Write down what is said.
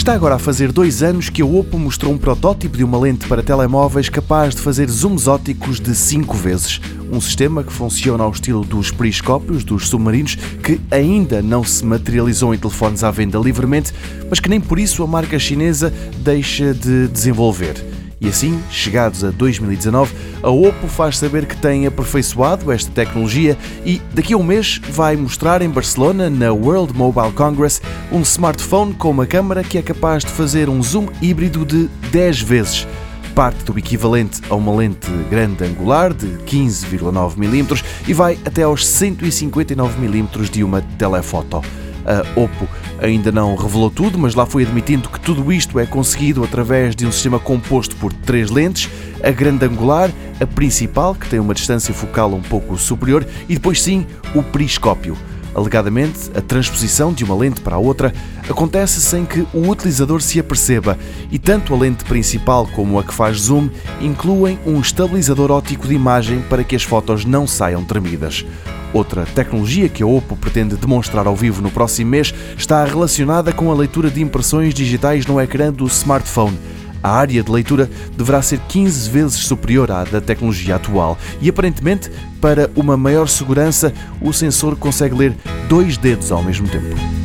Está agora a fazer 2 anos que a Oppo mostrou um protótipo de uma lente para telemóveis capaz de fazer zooms ópticos de 5 vezes. Um sistema que funciona ao estilo dos periscópios dos submarinos, que ainda não se materializou em telefones à venda livremente, mas que nem por isso a marca chinesa deixa de desenvolver. E assim, chegados a 2019, a Oppo faz saber que tem aperfeiçoado esta tecnologia e daqui a um mês vai mostrar em Barcelona, na World Mobile Congress, um smartphone com uma câmara que é capaz de fazer um zoom híbrido de 10 vezes. Parte do equivalente a uma lente grande angular de 15,9 mm e vai até aos 159 mm de uma telefoto. A Oppo ainda não revelou tudo, mas lá foi admitindo que tudo isto é conseguido através de um sistema composto por 3 lentes, a grande angular, a principal, que tem uma distância focal um pouco superior, e depois sim o periscópio. Alegadamente, a transposição de uma lente para a outra acontece sem que o utilizador se aperceba, e tanto a lente principal como a que faz zoom incluem um estabilizador óptico de imagem para que as fotos não saiam tremidas. Outra tecnologia que a Oppo pretende demonstrar ao vivo no próximo mês está relacionada com a leitura de impressões digitais no ecrã do smartphone. A área de leitura deverá ser 15 vezes superior à da tecnologia atual e, aparentemente, para uma maior segurança, o sensor consegue ler 2 dedos ao mesmo tempo.